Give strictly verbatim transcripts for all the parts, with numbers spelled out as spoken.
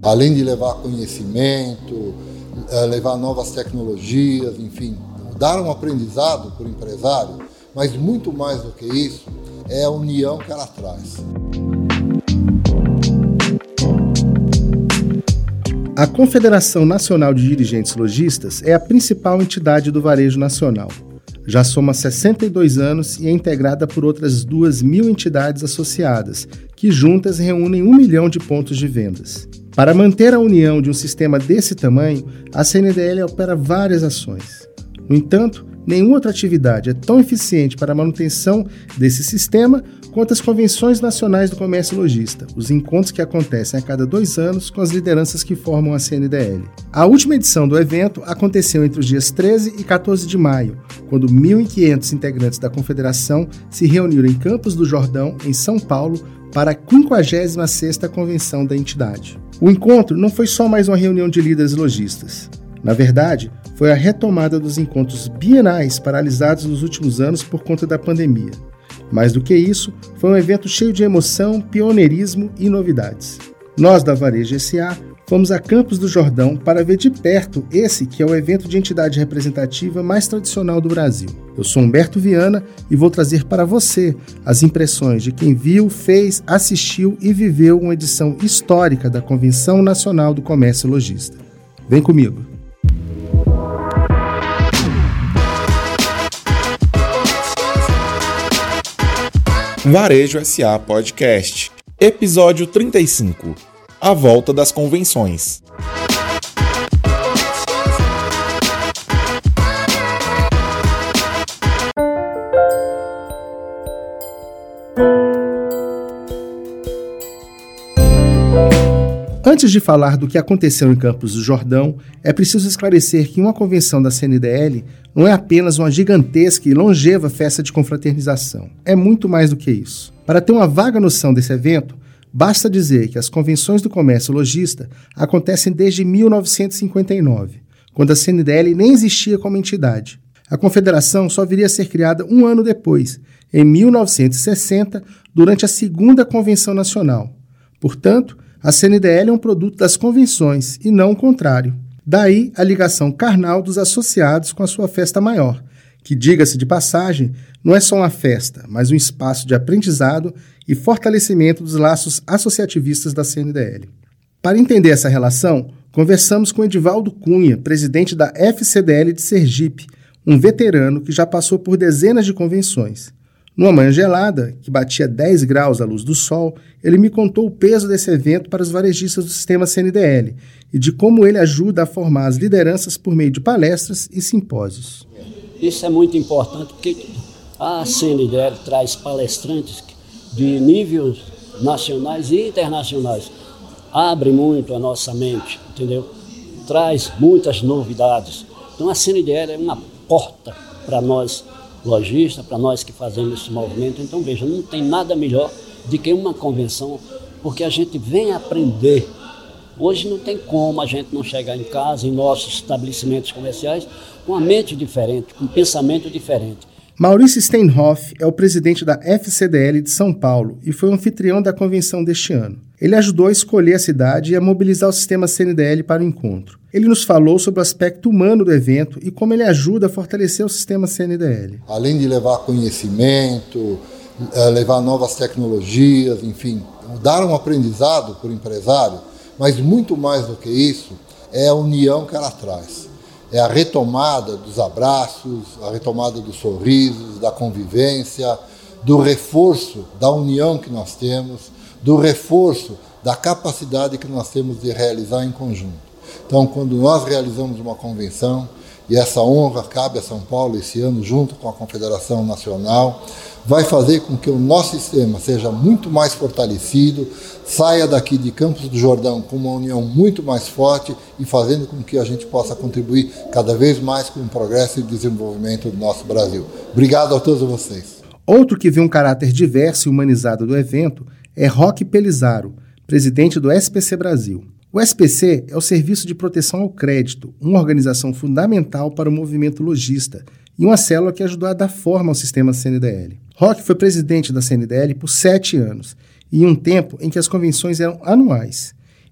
além de levar conhecimento, levar novas tecnologias, enfim, dar um aprendizado para o empresário, mas muito mais do que isso, é a união que ela traz. A Confederação Nacional de Dirigentes Lojistas é a principal entidade do varejo nacional. Já soma sessenta e dois anos e é integrada por outras duas mil entidades associadas, que juntas reúnem um milhão de pontos de vendas. Para manter a união de um sistema desse tamanho, a C N D L opera várias ações. No entanto, nenhuma outra atividade é tão eficiente para a manutenção desse sistema quanto as convenções nacionais do comércio lojista, os encontros que acontecem a cada dois anos com as lideranças que formam a C N D L. A última edição do evento aconteceu entre os dias treze e quatorze de maio, quando mil e quinhentos integrantes da Confederação se reuniram em Campos do Jordão, em São Paulo, para a quinquagésima sexta Convenção da entidade. O encontro não foi só mais uma reunião de líderes lojistas. Na verdade, foi a retomada dos encontros bienais paralisados nos últimos anos por conta da pandemia. Mais do que isso, foi um evento cheio de emoção, pioneirismo e novidades. Nós, da Varejo S A, fomos a Campos do Jordão para ver de perto esse que é o evento de entidade representativa mais tradicional do Brasil. Eu sou Humberto Viana e vou trazer para você as impressões de quem viu, fez, assistiu e viveu uma edição histórica da Convenção Nacional do Comércio Lojista. Vem comigo! Varejo S A Podcast, episódio trinta e cinco, A Volta das Convenções. Antes de falar do que aconteceu em Campos do Jordão, é preciso esclarecer que uma convenção da C N D L não é apenas uma gigantesca e longeva festa de confraternização. É muito mais do que isso. Para ter uma vaga noção desse evento, basta dizer que as convenções do comércio lojista acontecem desde mil novecentos e cinquenta e nove, quando a C N D L nem existia como entidade. A confederação só viria a ser criada um ano depois, em mil novecentos e sessenta, durante a segunda Convenção Nacional. Portanto, a C N D L é um produto das convenções e não o contrário. Daí a ligação carnal dos associados com a sua festa maior, que, diga-se de passagem, não é só uma festa, mas um espaço de aprendizado e fortalecimento dos laços associativistas da C N D L. Para entender essa relação, conversamos com Edivaldo Cunha, presidente da F C D L de Sergipe, um veterano que já passou por dezenas de convenções. Numa manhã gelada, que batia dez graus à luz do sol, ele me contou o peso desse evento para os varejistas do sistema C N D L e de como ele ajuda a formar as lideranças por meio de palestras e simpósios. Isso é muito importante porque a C N D L traz palestrantes de níveis nacionais e internacionais. Abre muito a nossa mente, entendeu? Traz muitas novidades. Então a C N D L é uma porta para nós lojistas, para nós que fazemos esse movimento. Então veja, não tem nada melhor do que uma convenção, porque a gente vem aprender. Hoje não tem como a gente não chegar em casa, em nossos estabelecimentos comerciais, com a mente diferente, com um pensamento diferente. Maurício Steinhoff é o presidente da F C D L de São Paulo e foi o anfitrião da convenção deste ano. Ele ajudou a escolher a cidade e a mobilizar o sistema C N D L para o encontro. Ele nos falou sobre o aspecto humano do evento e como ele ajuda a fortalecer o sistema C N D L. Além de levar conhecimento, levar novas tecnologias, enfim, dar um aprendizado para o empresário, mas muito mais do que isso, é a união que ela traz. É a retomada dos abraços, a retomada dos sorrisos, da convivência, do reforço da união que nós temos, do reforço da capacidade que nós temos de realizar em conjunto. Então, quando nós realizamos uma convenção, e essa honra cabe a São Paulo esse ano, junto com a Confederação Nacional, vai fazer com que o nosso sistema seja muito mais fortalecido, saia daqui de Campos do Jordão com uma união muito mais forte e fazendo com que a gente possa contribuir cada vez mais com o progresso e desenvolvimento do nosso Brasil. Obrigado a todos vocês. Outro que vê um caráter diverso e humanizado do evento é Roque Pelizaro, presidente do S P C Brasil. O S P C é o Serviço de Proteção ao Crédito, uma organização fundamental para o movimento lojista e uma célula que ajudou a dar forma ao sistema C N D L. Roque foi presidente da C N D L por sete anos, e em um tempo em que as convenções eram anuais.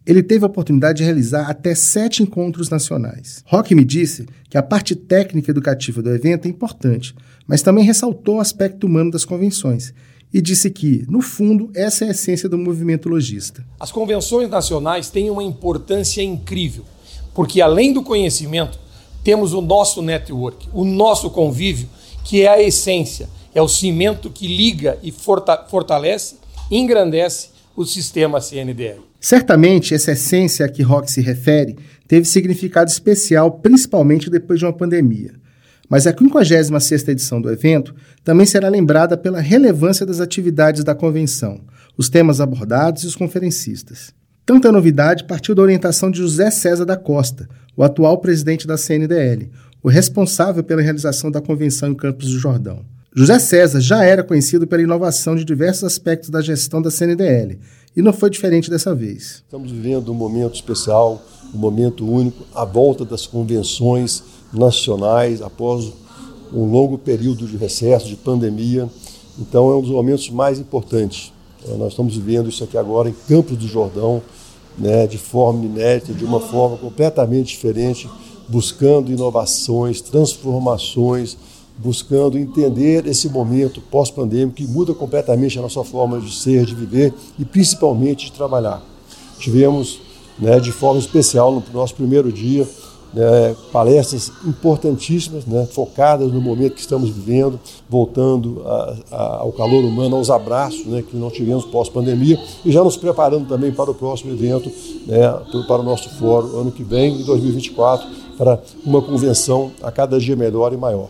ele teve a oportunidade de realizar até sete encontros nacionais. Roque me disse que a parte técnica e educativa do evento é importante, mas também ressaltou o aspecto humano das convenções e disse que, no fundo, essa é a essência do movimento lojista. As convenções nacionais têm uma importância incrível, porque além do conhecimento, temos o nosso network, o nosso convívio, que é a essência, é o cimento que liga e fortalece, engrandece o sistema C N D L. Certamente, essa essência a que Roque se refere teve significado especial, principalmente depois de uma pandemia. Mas a quinquagésima sexta edição do evento também será lembrada pela relevância das atividades da convenção, os temas abordados e os conferencistas. Tanta novidade partiu da orientação de José César da Costa, o atual presidente da C N D L, o responsável pela realização da convenção em Campos do Jordão. José César já era conhecido pela inovação de diversos aspectos da gestão da C N D L, e não foi diferente dessa vez. Estamos vivendo um momento especial, um momento único, a volta das convenções nacionais após um longo período de recesso, de pandemia. Então é um dos momentos mais importantes. Nós estamos vivendo isso aqui agora em Campos do Jordão, né, de forma inédita, de uma forma completamente diferente, buscando inovações, transformações, buscando entender esse momento pós-pandêmico que muda completamente a nossa forma de ser, de viver e principalmente de trabalhar. Tivemos, né, de forma especial no nosso primeiro dia, né, palestras importantíssimas, né, focadas no momento que estamos vivendo, voltando a, a, ao calor humano, aos abraços, né, que não tivemos pós-pandemia, e já nos preparando também para o próximo evento, né, para o nosso fórum ano que vem, em dois mil e vinte e quatro, para uma convenção a cada dia melhor e maior.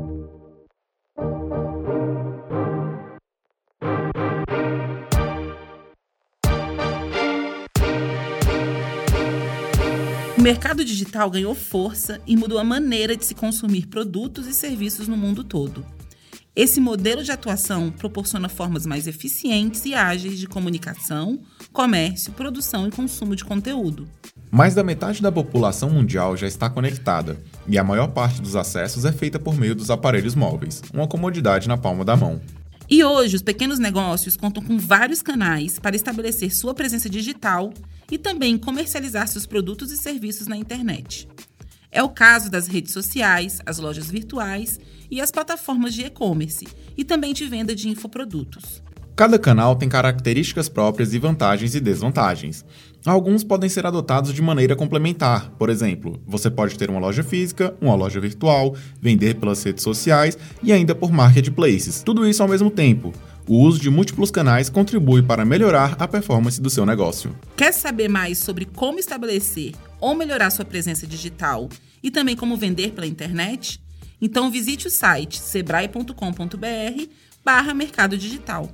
O mercado digital ganhou força e mudou a maneira de se consumir produtos e serviços no mundo todo. Esse modelo de atuação proporciona formas mais eficientes e ágeis de comunicação, comércio, produção e consumo de conteúdo. Mais da metade da população mundial já está conectada, e a maior parte dos acessos é feita por meio dos aparelhos móveis, uma comodidade na palma da mão. E hoje, os pequenos negócios contam com vários canais para estabelecer sua presença digital e também comercializar seus produtos e serviços na internet. É o caso das redes sociais, as lojas virtuais e as plataformas de e-commerce e também de venda de infoprodutos. Cada canal tem características próprias e vantagens e desvantagens. Alguns podem ser adotados de maneira complementar. Por exemplo, você pode ter uma loja física, uma loja virtual, vender pelas redes sociais e ainda por marketplaces. Tudo isso ao mesmo tempo. O uso de múltiplos canais contribui para melhorar a performance do seu negócio. Quer saber mais sobre como estabelecer ou melhorar sua presença digital e também como vender pela internet? Então visite o site sebrae ponto com ponto br barra mercado digital.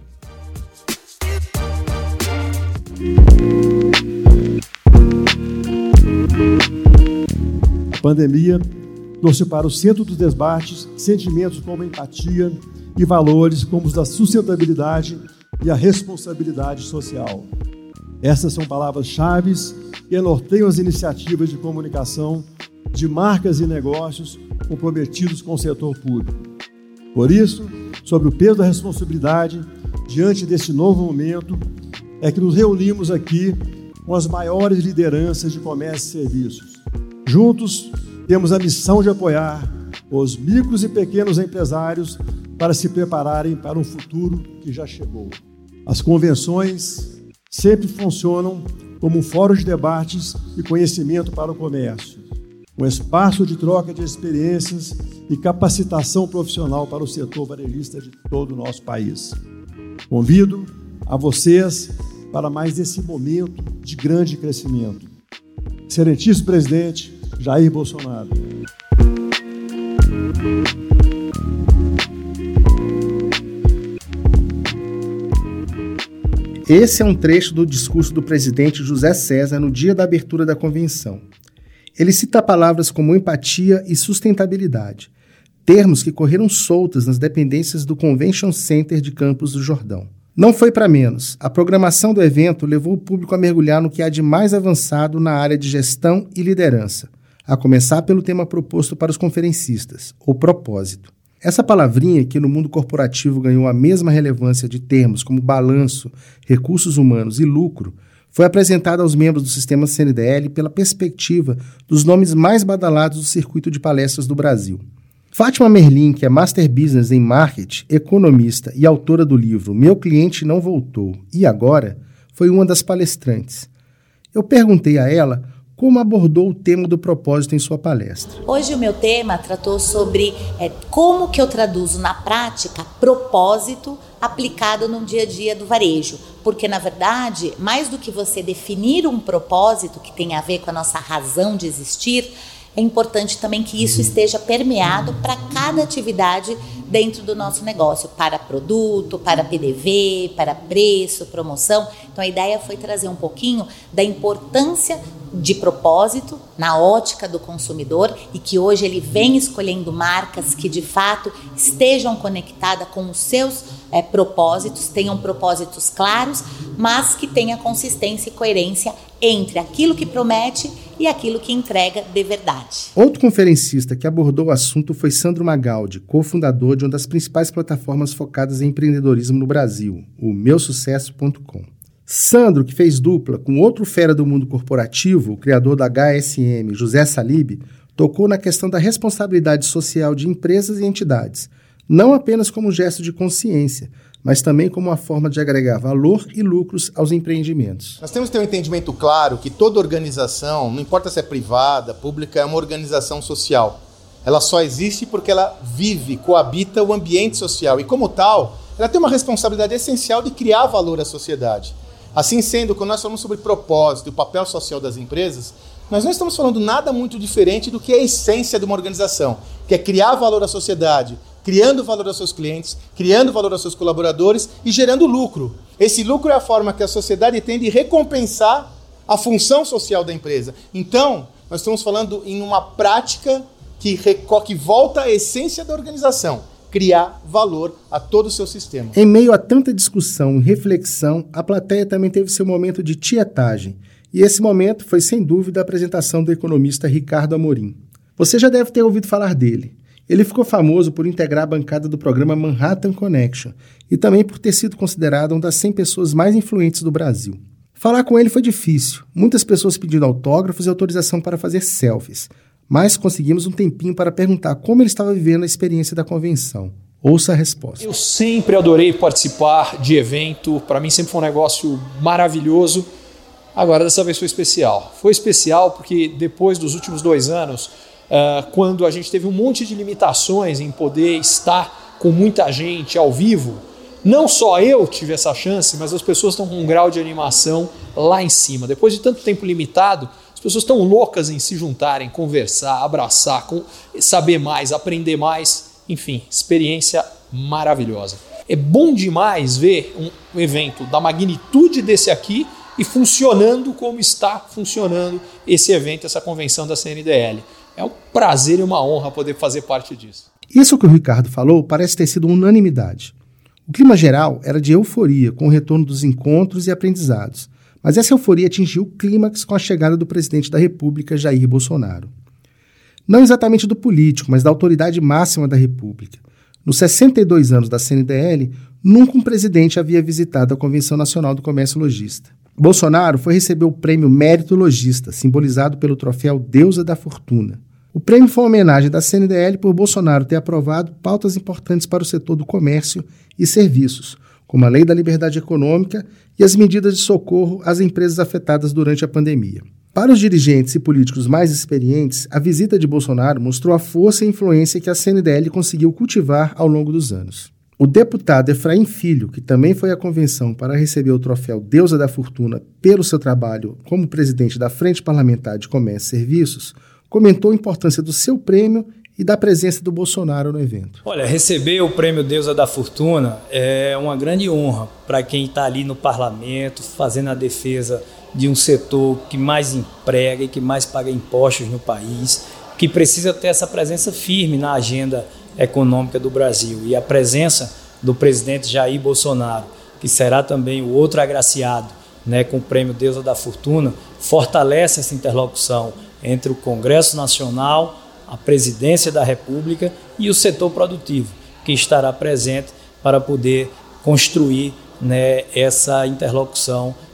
A pandemia trouxe para o centro dos debates sentimentos como empatia e valores como os da sustentabilidade e a responsabilidade social. Essas são palavras-chave que norteiam as iniciativas de comunicação de marcas e negócios comprometidos com o setor público. Por isso, sobre o peso da responsabilidade diante desse novo momento, é que nos reunimos aqui com as maiores lideranças de comércio e serviços. Juntos, temos a missão de apoiar os micros e pequenos empresários para se prepararem para um futuro que já chegou. As convenções sempre funcionam como um fórum de debates e conhecimento para o comércio, um espaço de troca de experiências e capacitação profissional para o setor varejista de todo o nosso país. Convido a vocês para mais esse momento de grande crescimento. Excelentíssimo presidente Jair Bolsonaro. Esse é um trecho do discurso do presidente José César no dia da abertura da convenção. Ele cita palavras como empatia e sustentabilidade, termos que correram soltas nas dependências do Convention Center de Campos do Jordão. Não foi para menos. A programação do evento levou o público a mergulhar no que há de mais avançado na área de gestão e liderança, a começar pelo tema proposto para os conferencistas, o propósito. Essa palavrinha, que no mundo corporativo ganhou a mesma relevância de termos como balanço, recursos humanos e lucro, foi apresentada aos membros do sistema C N D L pela perspectiva dos nomes mais badalados do circuito de palestras do Brasil. Fátima Merlin, que é Master Business em Marketing, economista e autora do livro Meu Cliente Não Voltou, e Agora?, foi uma das palestrantes. Eu perguntei a ela como abordou o tema do propósito em sua palestra. Hoje o meu tema tratou sobre é, como que eu traduzo na prática propósito aplicado no dia a dia do varejo. Porque, na verdade, mais do que você definir um propósito que tem a ver com a nossa razão de existir, é importante também que isso esteja permeado para cada atividade dentro do nosso negócio, para produto, para P D V, para preço, promoção. Então a ideia foi trazer um pouquinho da importância de propósito na ótica do consumidor e que hoje ele vem escolhendo marcas que de fato estejam conectadas com os seus é, propósitos, tenham propósitos claros, mas que tenha consistência e coerência entre aquilo que promete e aquilo que entrega de verdade. Outro conferencista que abordou o assunto foi Sandro Magaldi, cofundador de uma das principais plataformas focadas em empreendedorismo no Brasil, o meu sucesso ponto com. Sandro, que fez dupla com outro fera do mundo corporativo, o criador da H S M, José Salib, tocou na questão da responsabilidade social de empresas e entidades, não apenas como gesto de consciência, mas também como uma forma de agregar valor e lucros aos empreendimentos. Nós temos que ter um entendimento claro que toda organização, não importa se é privada, pública, é uma organização social. Ela só existe porque ela vive, coabita o ambiente social e, como tal, ela tem uma responsabilidade essencial de criar valor à sociedade. Assim sendo, quando nós falamos sobre propósito e o papel social das empresas, nós não estamos falando nada muito diferente do que é a essência de uma organização, que é criar valor à sociedade, criando valor aos seus clientes, criando valor aos seus colaboradores e gerando lucro. Esse lucro é a forma que a sociedade tem de recompensar a função social da empresa. Então, nós estamos falando em uma prática que, que volta à essência da organização, criar valor a todo o seu sistema. Em meio a tanta discussão e reflexão, a plateia também teve seu momento de tietagem. E esse momento foi, sem dúvida, a apresentação do economista Ricardo Amorim. Você já deve ter ouvido falar dele. Ele ficou famoso por integrar a bancada do programa Manhattan Connection e também por ter sido considerado uma das cem pessoas mais influentes do Brasil. Falar com ele foi difícil, muitas pessoas pedindo autógrafos e autorização para fazer selfies, mas conseguimos um tempinho para perguntar como ele estava vivendo a experiência da convenção. Ouça a resposta. Eu sempre adorei participar de evento, para mim sempre foi um negócio maravilhoso. Agora, dessa vez foi especial. Foi especial porque depois dos últimos dois anos, uh, quando a gente teve um monte de limitações em poder estar com muita gente ao vivo, não só eu tive essa chance, mas as pessoas estão com um grau de animação lá em cima. Depois de tanto tempo limitado, as pessoas estão loucas em se juntarem, conversar, abraçar, com, saber mais, aprender mais. Enfim, experiência maravilhosa. É bom demais ver um evento da magnitude desse aqui e funcionando como está funcionando esse evento, essa convenção da C N D L. É um prazer e uma honra poder fazer parte disso. Isso que o Ricardo falou parece ter sido unanimidade. O clima geral era de euforia com o retorno dos encontros e aprendizados, mas essa euforia atingiu o clímax com a chegada do presidente da República, Jair Bolsonaro. Não exatamente do político, mas da autoridade máxima da República. Nos sessenta e dois anos da C N D L, nunca um presidente havia visitado a Convenção Nacional do Comércio Logista. Bolsonaro foi receber o prêmio Mérito Logista, simbolizado pelo troféu Deusa da Fortuna. O prêmio foi uma homenagem da C N D L por Bolsonaro ter aprovado pautas importantes para o setor do comércio e serviços, como a Lei da Liberdade Econômica e as medidas de socorro às empresas afetadas durante a pandemia. Para os dirigentes e políticos mais experientes, a visita de Bolsonaro mostrou a força e influência que a C N D L conseguiu cultivar ao longo dos anos. O deputado Efraim Filho, que também foi à convenção para receber o troféu Deusa da Fortuna pelo seu trabalho como presidente da Frente Parlamentar de Comércio e Serviços, comentou a importância do seu prêmio e da presença do Bolsonaro no evento. Olha, receber o prêmio Deusa da Fortuna é uma grande honra para quem está ali no parlamento, fazendo a defesa de um setor que mais emprega e que mais paga impostos no país, que precisa ter essa presença firme na agenda econômica do Brasil. E a presença do presidente Jair Bolsonaro, que será também o outro agraciado, né, com o prêmio Deusa da Fortuna, fortalece essa interlocução entre o Congresso Nacional, a Presidência da República e o setor produtivo, que estará presente para poder construir, né, essa interlocução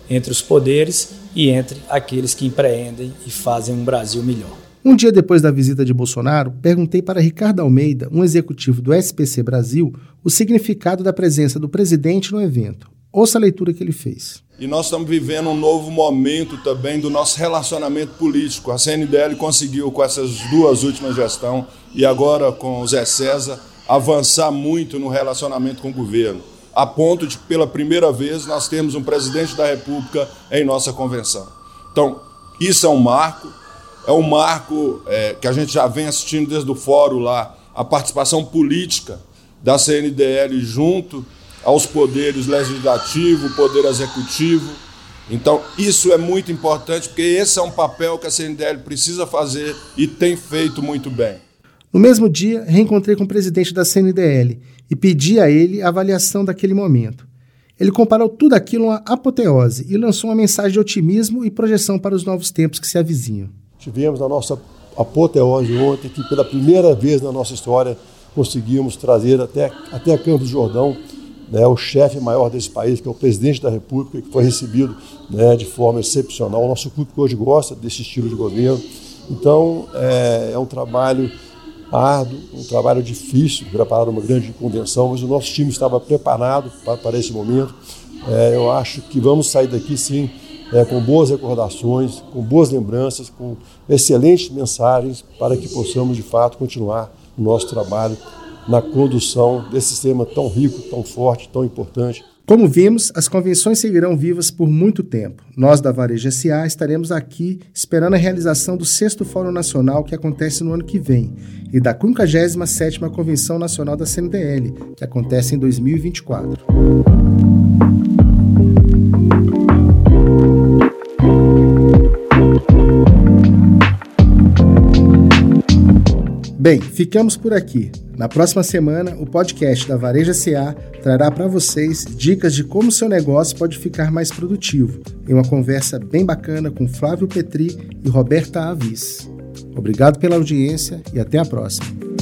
entre os poderes e entre aqueles que empreendem e fazem um Brasil melhor. Um dia depois da visita de Bolsonaro, perguntei para Ricardo Almeida, um executivo do S P C Brasil, o significado da presença do presidente no evento. Ouça a leitura que ele fez. E nós estamos vivendo um novo momento também do nosso relacionamento político. A C N D L conseguiu, com essas duas últimas gestões, e agora com o Zé César, avançar muito no relacionamento com o governo, a ponto de, pela primeira vez, nós termos um presidente da República em nossa convenção. Então, isso é um marco, é um marco é, que a gente já vem assistindo desde o fórum lá, a participação política da C N D L junto aos poderes legislativo, poder executivo. Então, isso é muito importante, porque esse é um papel que a C N D L precisa fazer e tem feito muito bem. No mesmo dia, reencontrei com o presidente da C N D L e pedi a ele a avaliação daquele momento. Ele comparou tudo aquilo a uma apoteose e lançou uma mensagem de otimismo e projeção para os novos tempos que se avizinham. Tivemos na nossa apoteose ontem que, pela primeira vez na nossa história, conseguimos trazer até, até Campos do Jordão, né, o chefe maior desse país, que é o presidente da República, que foi recebido, né, de forma excepcional. O nosso público hoje gosta desse estilo de governo. Então, é, é um trabalho árduo, um trabalho difícil, preparar uma grande convenção, mas o nosso time estava preparado para, para esse momento. É, eu acho que vamos sair daqui, sim, é, com boas recordações, com boas lembranças, com excelentes mensagens, para que possamos, de fato, continuar o nosso trabalho na condução desse sistema tão rico, tão forte, tão importante. Como vimos, as convenções seguirão vivas por muito tempo. Nós, da Varejo S A, estaremos aqui esperando a realização do sexto Fórum Nacional, que acontece no ano que vem, e da quinquagésima sétima Convenção Nacional da C N D L, que acontece em dois mil e vinte e quatro. Bem, ficamos por aqui. Na próxima semana, o podcast da Varejo S A trará para vocês dicas de como seu negócio pode ficar mais produtivo, em uma conversa bem bacana com Flávio Petri e Roberta Avis. Obrigado pela audiência e até a próxima.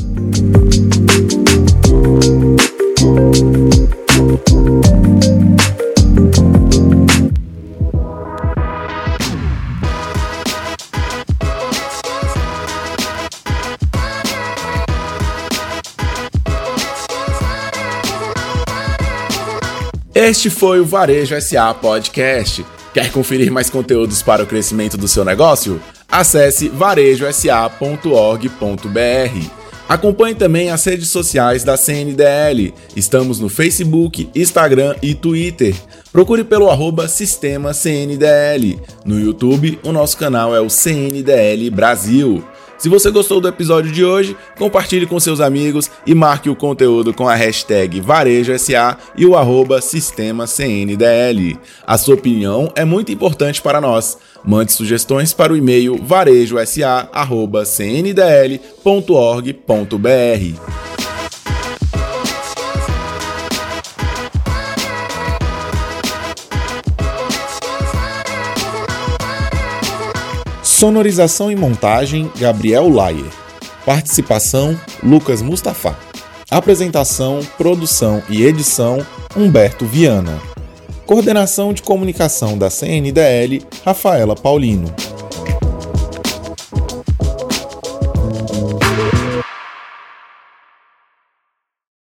Este foi o Varejo S A Podcast. Quer conferir mais conteúdos para o crescimento do seu negócio? Acesse varejo s a ponto org ponto b r. Acompanhe também as redes sociais da C N D L. Estamos no Facebook, Instagram e Twitter. Procure pelo arroba Sistema C N D L. No YouTube, o nosso canal é o C N D L Brasil. Se você gostou do episódio de hoje, compartilhe com seus amigos e marque o conteúdo com a hashtag Varejo S A e o arroba Sistema C N D L. A sua opinião é muito importante para nós. Mande sugestões para o e-mail varejo s a arroba c n d l ponto org ponto b r. Sonorização e montagem, Gabriel Laier. Participação, Lucas Mustafa. Apresentação, produção e edição, Humberto Viana. Coordenação de comunicação da C N D L, Rafaela Paulino.